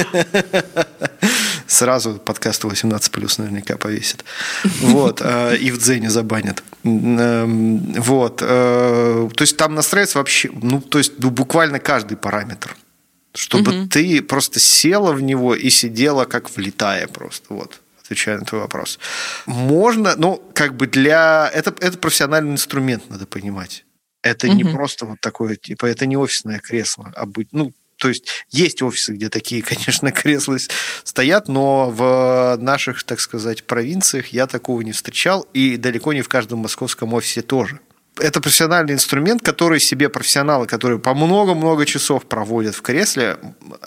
Сразу подкаст 18+, наверняка повесит. Вот. И в Дзене забанят. Вот. То есть там настраивается вообще, буквально каждый параметр. Чтобы ты просто села в него и сидела как влитая просто. Вот. Отвечаю на твой вопрос. Можно, это профессиональный инструмент, надо понимать. Это не просто вот такое, типа, это не офисное кресло. То есть офисы, где такие, конечно, кресла стоят, но в наших, так сказать, провинциях я такого не встречал, и далеко не в каждом московском офисе тоже. Это профессиональный инструмент, который себе профессионалы, которые по много-много часов проводят в кресле,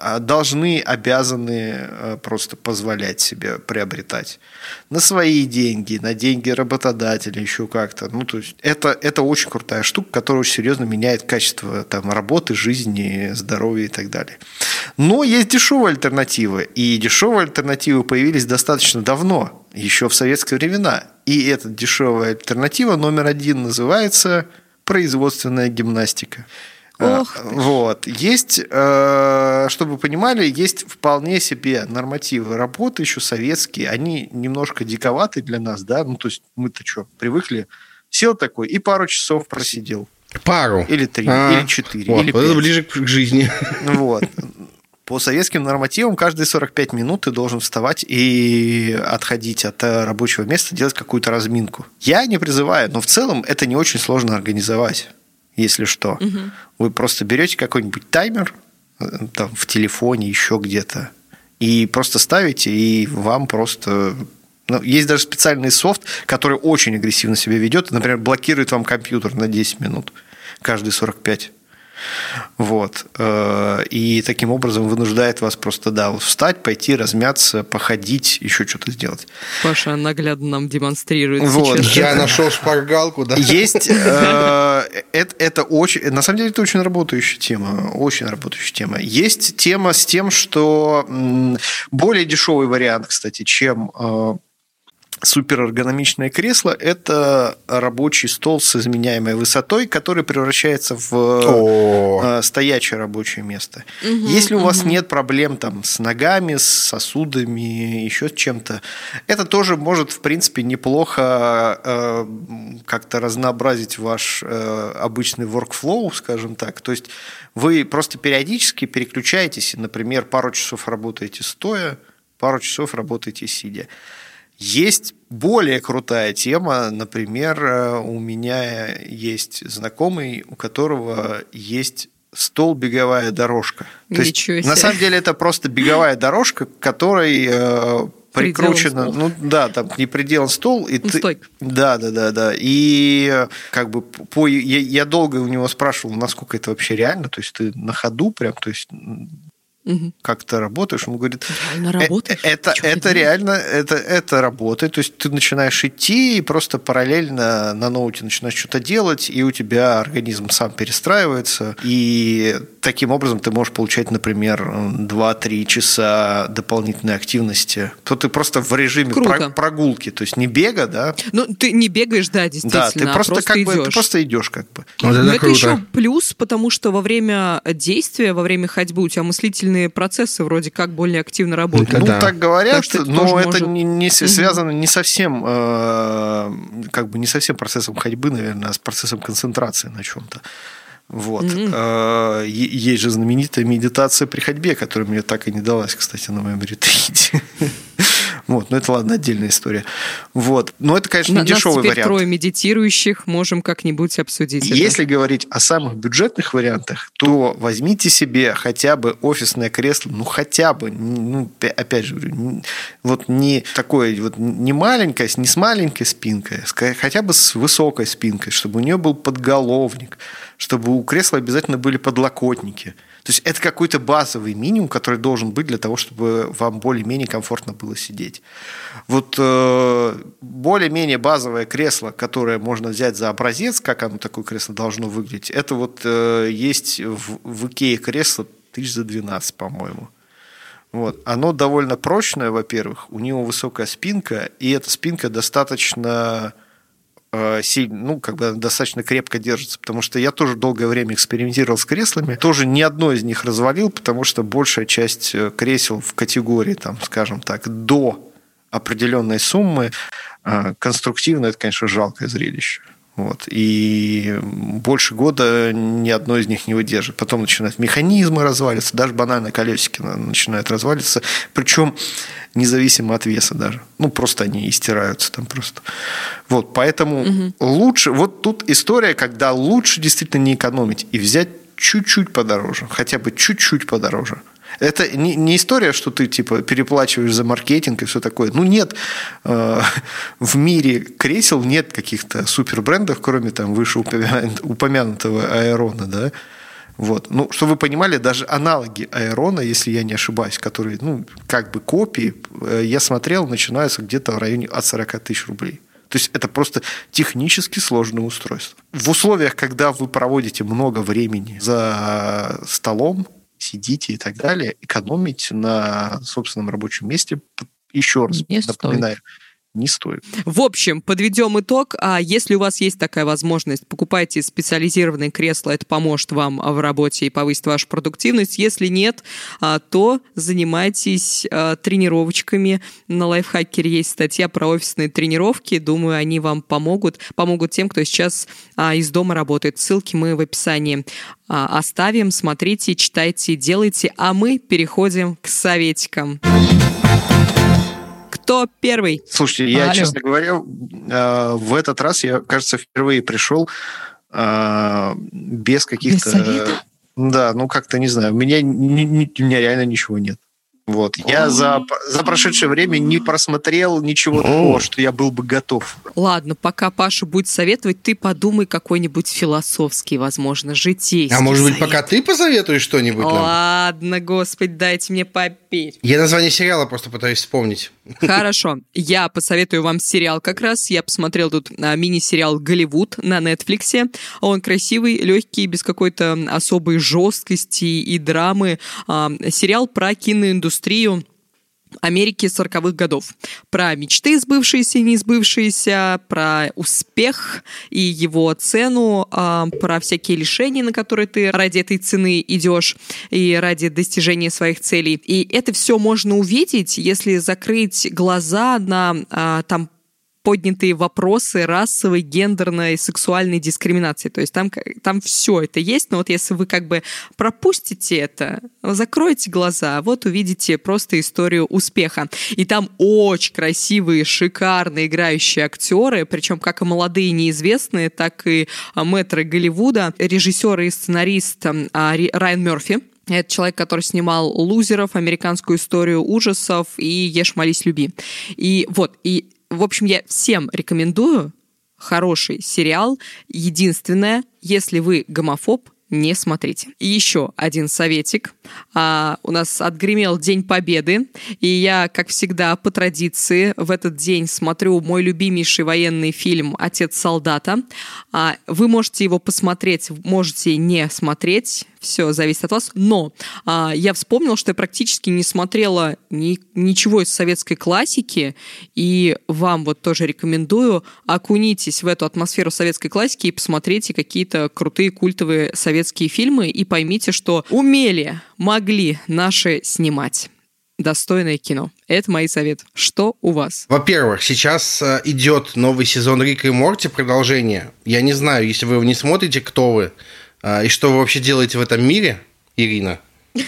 обязаны просто позволять себе приобретать на свои деньги, на деньги работодателя, еще как-то. То есть это очень крутая штука, которая очень серьезно меняет качество там, работы, жизни, здоровья и так далее. Но есть дешевые альтернативы, и дешевые альтернативы появились достаточно давно, еще в советские времена. И эта дешевая альтернатива номер 1 называется производственная гимнастика. Вот. Есть, чтобы вы понимали, есть вполне себе нормативы работы, еще советские. Они немножко диковаты для нас, да? То есть мы-то что, привыкли? Сел такой и пару часов просидел. Пару? Или 3, или 4, вот, или 5. Это ближе к жизни. Вот. По советским нормативам каждые 45 минут ты должен вставать и отходить от рабочего места, делать какую-то разминку. Я не призываю, но в целом это не очень сложно организовать, если что. Вы просто берете какой-нибудь таймер там, в телефоне, еще где-то, и просто ставите, и вам просто... есть даже специальный софт, который очень агрессивно себя ведет, например, блокирует вам компьютер на 10 минут каждые 45. Вот. И таким образом вынуждает вас просто, встать, пойти, размяться, походить, еще что-то сделать. Паша наглядно нам демонстрирует вот. сейчас. Я нашел шпаргалку, да. Есть... Это очень... На самом деле, это очень работающая тема. Очень работающая тема. Есть тема с тем, что более дешевый вариант, кстати, чем... суперэргономичное кресло – это рабочий стол с изменяемой высотой, который превращается в стоячее рабочее место. Если у вас нет проблем там, с ногами, с сосудами, еще с чем-то, это тоже может, в принципе, неплохо как-то разнообразить ваш обычный workflow, скажем так. То есть вы просто периодически переключаетесь, и, например, пару часов работаете стоя, пару часов работаете сидя. Есть более крутая тема, например, у меня есть знакомый, у которого есть стол-беговая дорожка. То есть, на самом деле это просто беговая дорожка, к которой прикручена, там не приделан стол. И стойка. Да. И как бы я долго у него спрашивал, насколько это вообще реально, то есть ты на ходу прям, то есть... как ты работаешь, он говорит, это реально, это работает, то есть ты начинаешь идти и просто параллельно на ноуте начинаешь что-то делать, и у тебя организм сам перестраивается, и таким образом ты можешь получать, например, 2-3 часа дополнительной активности. То ты просто в режиме прогулки, то есть не бега, да? Ты не бегаешь, да, действительно, ты просто идешь. Ты просто идешь как бы. Но это еще плюс, потому что во время действия, во время ходьбы у тебя мыслительные процессы вроде как более активно работают. Так говорят, но это не связано не совсем не совсем процессом ходьбы, наверное, а с процессом концентрации на чем-то. Вот. Есть же знаменитая медитация при ходьбе, которая мне так и не далась, кстати, на моем ретрите. Вот, но это, ладно, отдельная история. Вот. Но это, конечно, не дешевый вариант. Нас теперь 3 медитирующих, можем как-нибудь обсудить это. Если говорить о самых бюджетных вариантах, то возьмите себе хотя бы офисное кресло, ну, хотя бы, ну, опять же говорю, вот не такое, вот не маленькое, не с маленькой спинкой, хотя бы с высокой спинкой, чтобы у нее был подголовник, чтобы у кресла обязательно были подлокотники. То есть это какой-то базовый минимум, который должен быть для того, чтобы вам более-менее комфортно было сидеть. Вот более-менее базовое кресло, которое можно взять за образец, как оно такое кресло должно выглядеть, это вот есть в Икее кресло 1012, по-моему. Вот. Оно довольно прочное, во-первых, у него высокая спинка, и эта спинка достаточно... ну, как бы достаточно крепко держится, потому что я тоже долгое время экспериментировал с креслами, тоже ни одно из них развалил, потому что большая часть кресел в категории, там, скажем так, до определенной суммы конструктивно, это, конечно, жалкое зрелище. Вот. И больше года ни одно из них не выдержит. Потом начинают механизмы разваливаться, даже банально колесики начинают разваливаться, причем независимо от веса даже. Ну, просто они истираются там просто. Вот, поэтому лучше... Вот тут история, когда лучше действительно не экономить и взять чуть-чуть подороже, хотя бы чуть-чуть подороже. Это не история, что ты типа переплачиваешь за маркетинг и все такое. Ну, нет в мире кресел нет каких-то супербрендов, кроме там вышеупомянутого Аэрона, да. Вот. Ну, чтобы вы понимали, даже аналоги Аэрона, если я не ошибаюсь, которые, ну, как бы копии, я смотрел, начинаются где-то в районе от 40 тысяч рублей. То есть это просто технически сложное устройство. В условиях, когда вы проводите много времени за столом, сидите и так далее, экономить на собственном рабочем месте, еще раз напоминаю, не стоит. В общем, подведем итог. Если у вас есть такая возможность, покупайте специализированные кресла, это поможет вам в работе и повысит вашу продуктивность. Если нет, то занимайтесь тренировочками. На Лайфхакере есть статья про офисные тренировки. Думаю, они вам помогут тем, кто сейчас из дома работает. Ссылки мы в описании оставим. Смотрите, читайте, делайте. А мы переходим к советикам. Кто первый? Слушайте, я, честно говоря, в этот раз, я, кажется, впервые пришел без каких-то... Без совета? Да, ну как-то, не знаю, у меня реально ничего нет. Вот. Я за прошедшее время не просмотрел ничего такого, что я был бы готов. Ладно, пока Паша будет советовать, ты подумай какой-нибудь философский, возможно, житейский А может быть, совет. Пока ты посоветуешь что-нибудь нам? Ладно, господи, дайте мне попеть. Я название сериала просто пытаюсь вспомнить. Хорошо, я посоветую вам сериал как раз. Я посмотрел тут мини-сериал «Голливуд» на Netflix. Он красивый, легкий, без какой-то особой жесткости и драмы. Сериал про киноиндустрию Америки 40-х годов. Про мечты сбывшиеся и не сбывшиеся, про успех и его цену, про всякие лишения, на которые ты ради этой цены идешь и ради достижения своих целей. И это все можно увидеть, если закрыть глаза на там поднятые вопросы расовой, гендерной, сексуальной дискриминации. То есть там все это есть, но вот если вы как бы пропустите это, закройте глаза, вот увидите просто историю успеха. И там очень красивые, шикарно играющие актеры, причем как и молодые неизвестные, так и мэтры Голливуда, режиссер и сценарист Райан Мерфи. Это человек, который снимал «Лузеров», «Американскую историю ужасов» и «Ешь, молись, люби». В общем, я всем рекомендую хороший сериал. Единственное, если вы гомофоб, не смотрите. И еще один советик. У нас отгремел День Победы, и я, как всегда, по традиции в этот день смотрю мой любимейший военный фильм «Отец солдата». Вы можете его посмотреть, можете не смотреть, все зависит от вас. Но я вспомнила, что я практически не смотрела ничего из советской классики, и вам вот тоже рекомендую, окунитесь в эту атмосферу советской классики и посмотрите какие-то крутые культовые советские фильмы, и поймите, что могли наши снимать достойное кино. Это мои советы. Что у вас? Во-первых, сейчас идет новый сезон Рика и Морти, продолжение. Я не знаю, если вы его не смотрите, кто вы. И что вы вообще делаете в этом мире, Ирина?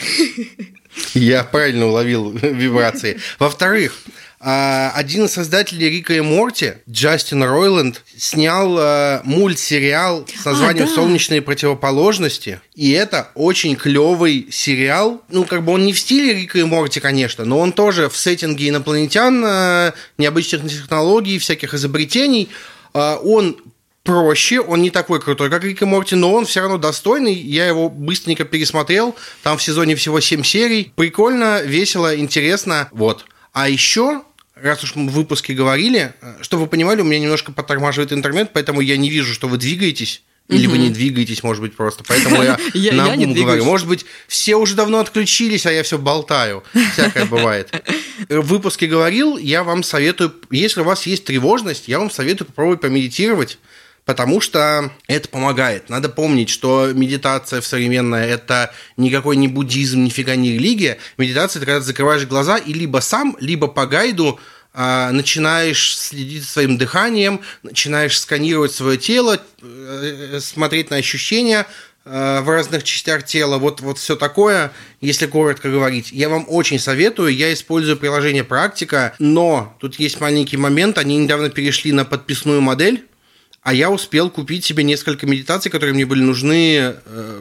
Я правильно уловил вибрации. Во-вторых, один из создателей Рика и Морти, Джастин Ройланд, снял мультсериал с названием «Солнечные противоположности». И это очень клевый сериал. Ну, как бы он не в стиле Рика и Морти, конечно, но он тоже в сеттинге инопланетян, необычных технологий, всяких изобретений. Он проще, он не такой крутой, как Рик и Морти, но он все равно достойный. Я его быстренько пересмотрел. Там в сезоне всего 7 серий. Прикольно, весело, интересно. Вот. А еще, раз уж мы в выпуске говорили, чтобы вы понимали, у меня немножко подтормаживает интернет, поэтому я не вижу, что вы двигаетесь. Или вы не двигаетесь, может быть, просто. Поэтому я наобум говорю. Может быть, все уже давно отключились, а я все болтаю. Всякое бывает. В выпуске говорил, я вам советую, если у вас есть тревожность, я вам советую попробовать помедитировать. Потому что это помогает. Надо помнить, что медитация современная – это никакой не буддизм, нифига не религия. Медитация – это когда ты закрываешь глаза и либо сам, либо по гайду начинаешь следить за своим дыханием, начинаешь сканировать свое тело, смотреть на ощущения в разных частях тела. Вот все такое, если коротко говорить. Я вам очень советую. Я использую приложение «Практика», но тут есть маленький момент. Они недавно перешли на подписную модель. А я успел купить себе несколько медитаций, которые мне были нужны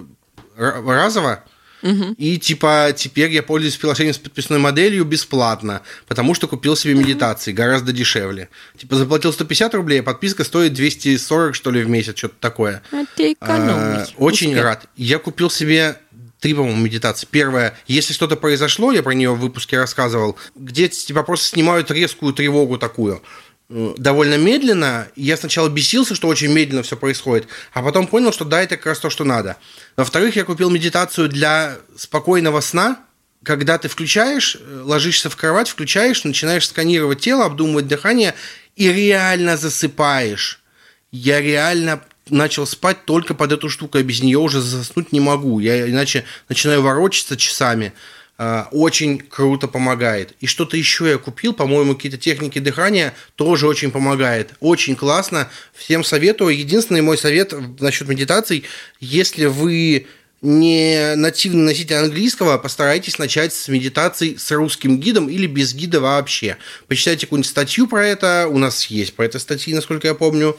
разово. И типа теперь я пользуюсь приложением с подписной моделью бесплатно, потому что купил себе медитации гораздо дешевле. Типа заплатил 150 рублей, а подписка стоит 240, что ли, в месяц, что-то такое. Это экономный. Очень рад. Я купил себе 3, по-моему, медитации. Первая, если что-то произошло, я про нее в выпуске рассказывал, где типа просто снимают резкую тревогу такую. Довольно медленно. Я сначала бесился, что очень медленно все происходит, а потом понял, что да, это как раз то, что надо. Во-вторых, я купил медитацию для спокойного сна, когда ты включаешь, ложишься в кровать, включаешь, начинаешь сканировать тело, обдумывать дыхание и реально засыпаешь. Я реально начал спать только под эту штуку, я без нее уже заснуть не могу. Я иначе начинаю ворочаться часами. Очень круто помогает. И что-то еще я купил, по-моему, какие-то техники дыхания тоже очень помогает. Очень классно. Всем советую. Единственный мой совет насчет медитаций, если вы не нативный носитель английского, постарайтесь начать с медитаций с русским гидом или без гида вообще. Почитайте какую-нибудь статью про это. У нас есть про это статьи, насколько я помню.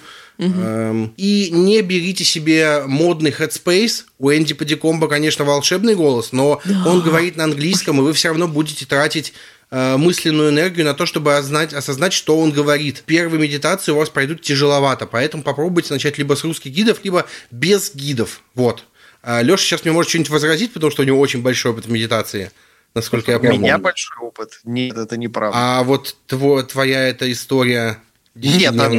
И не берите себе модный Headspace. У Энди Падикомба, конечно, волшебный голос, но он говорит на английском, и вы все равно будете тратить мысленную энергию на то, чтобы осознать, что он говорит. Первые медитации у вас пройдут тяжеловато, поэтому попробуйте начать либо с русских гидов, либо без гидов. Вот. Леша сейчас мне может что-нибудь возразить, потому что у него очень большой опыт медитации, насколько я помню. У меня большой опыт. Нет, это неправда. А вот твоя эта история... Нет, я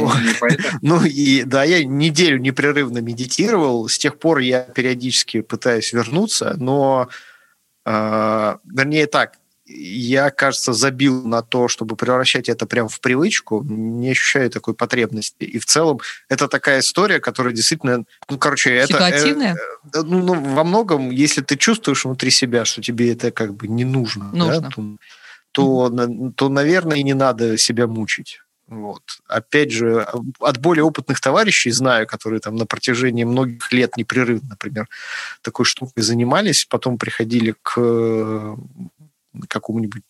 неделю непрерывно медитировал, с тех пор я периодически пытаюсь вернуться, но, вернее так, я, кажется, забил на то, чтобы превращать это прямо в привычку, не ощущаю такой потребности. И в целом это такая история, которая действительно, ситуативная? Во многом, если ты чувствуешь внутри себя, что тебе это как бы не нужно. Да, то, наверное, и не надо себя мучить. Вот. Опять же, от более опытных товарищей знаю, которые там на протяжении многих лет непрерывно, например, такой штукой занимались, потом приходили к какому-нибудь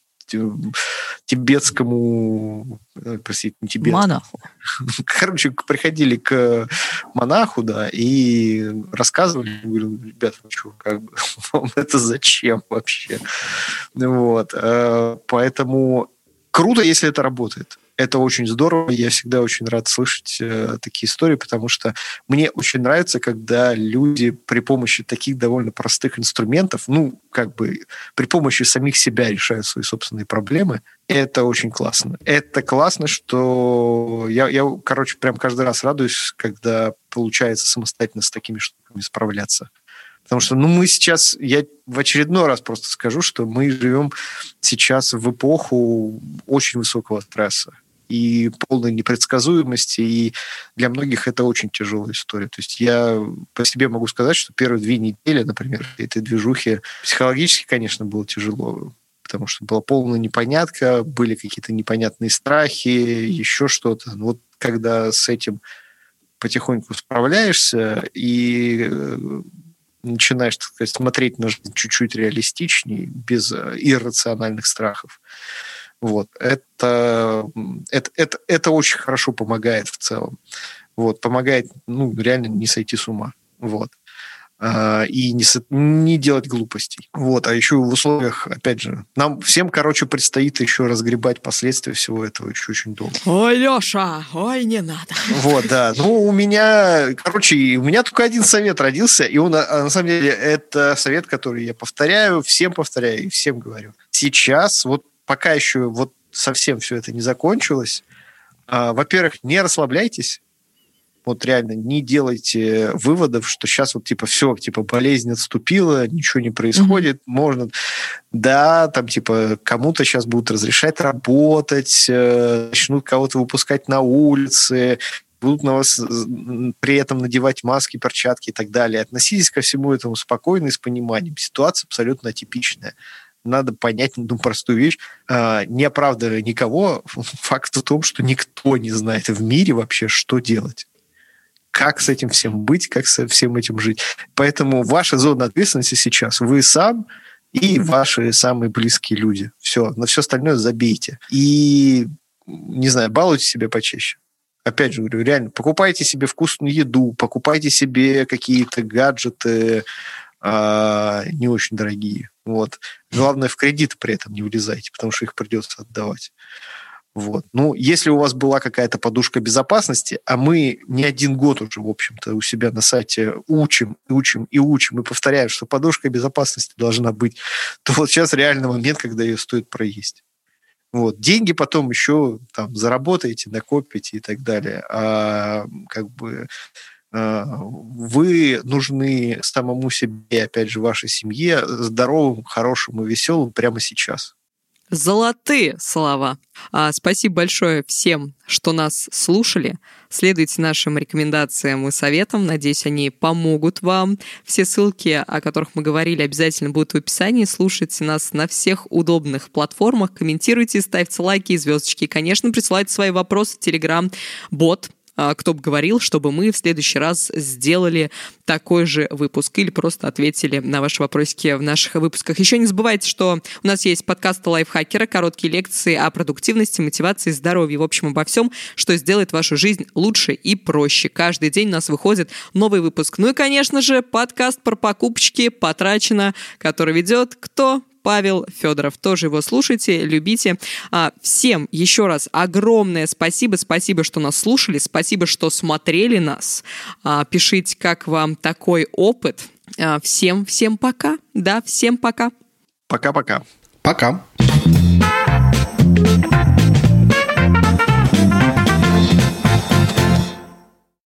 тибетскому, простите, не тибетскому. Монаху. Короче, приходили к монаху, да, и рассказывали, говорю, ребята, ну что, как бы, вам это зачем вообще? Вот. Поэтому круто, если это работает. Это очень здорово. Я всегда очень рад слышать такие истории, потому что мне очень нравится, когда люди при помощи таких довольно простых инструментов, при помощи самих себя решают свои собственные проблемы. Это очень классно. Это классно, что я прям каждый раз радуюсь, когда получается самостоятельно с такими штуками справляться. Потому что, мы сейчас, я в очередной раз просто скажу, что мы живем сейчас в эпоху очень высокого стресса и полной непредсказуемости, и для многих это очень тяжелая история. То есть я по себе могу сказать, что первые 2 недели, например, этой движухи психологически, конечно, было тяжело, потому что была полная непонятка, были какие-то непонятные страхи, еще что-то. Но вот когда с этим потихоньку справляешься и начинаешь, так сказать, смотреть на жизнь чуть-чуть реалистичнее, без иррациональных страхов. Вот. Это очень хорошо помогает в целом. Вот. Помогает, реально не сойти с ума. Вот. И не делать глупостей. Вот. А еще в условиях, опять же, нам всем, предстоит еще разгребать последствия всего этого еще очень долго. Ой, Леша, ой, не надо. Вот, да. У меня только один совет родился, и он, на самом деле, это совет, который я повторяю и всем говорю. Сейчас, пока еще совсем все это не закончилось, во-первых, не расслабляйтесь. Реально, не делайте выводов, что сейчас все, болезнь отступила, ничего не происходит, можно... Да, кому-то сейчас будут разрешать работать, начнут кого-то выпускать на улице, будут на вас при этом надевать маски, перчатки и так далее. Относитесь ко всему этому спокойно и с пониманием. Ситуация абсолютно атипичная. Надо понять простую вещь, не оправдывая никого. Факт в том, что никто не знает в мире вообще, что делать. Как с этим всем быть, как со всем этим жить. Поэтому ваша зона ответственности сейчас вы сам и ваши самые близкие люди. Все, на все остальное забейте. И, не знаю, балуйте себя почаще. Опять же говорю, реально, покупайте себе вкусную еду, покупайте себе какие-то гаджеты не очень дорогие. Вот. Главное, в кредит при этом не влезайте, потому что их придется отдавать. Вот. Если у вас была какая-то подушка безопасности, а мы не один год уже, в общем-то, у себя на сайте учим и повторяем, что подушка безопасности должна быть, то сейчас реальный момент, когда ее стоит проесть. Вот. Деньги потом еще заработаете, накопите и так далее. Вы нужны самому себе, опять же, вашей семье, здоровым, хорошим и веселым прямо сейчас. Золотые слова. Спасибо большое всем, что нас слушали. Следуйте нашим рекомендациям и советам. Надеюсь, они помогут вам. Все ссылки, о которых мы говорили, обязательно будут в описании. Слушайте нас на всех удобных платформах. Комментируйте, ставьте лайки и звездочки. И, конечно, присылайте свои вопросы в Telegram-бот. Кто бы говорил, чтобы мы в следующий раз сделали такой же выпуск или просто ответили на ваши вопросики в наших выпусках. Еще не забывайте, что у нас есть подкасты лайфхакера, короткие лекции о продуктивности, мотивации, здоровье, в общем, обо всем, что сделает вашу жизнь лучше и проще. Каждый день у нас выходит новый выпуск. И, конечно же, подкаст про покупочки «Потрачено», который ведет кто? Павел Федоров. Тоже его слушайте, любите. Всем еще раз огромное спасибо. Спасибо, что нас слушали. Спасибо, что смотрели нас. Пишите, как вам такой опыт. Всем пока. Да, всем пока. Пока-пока. Пока.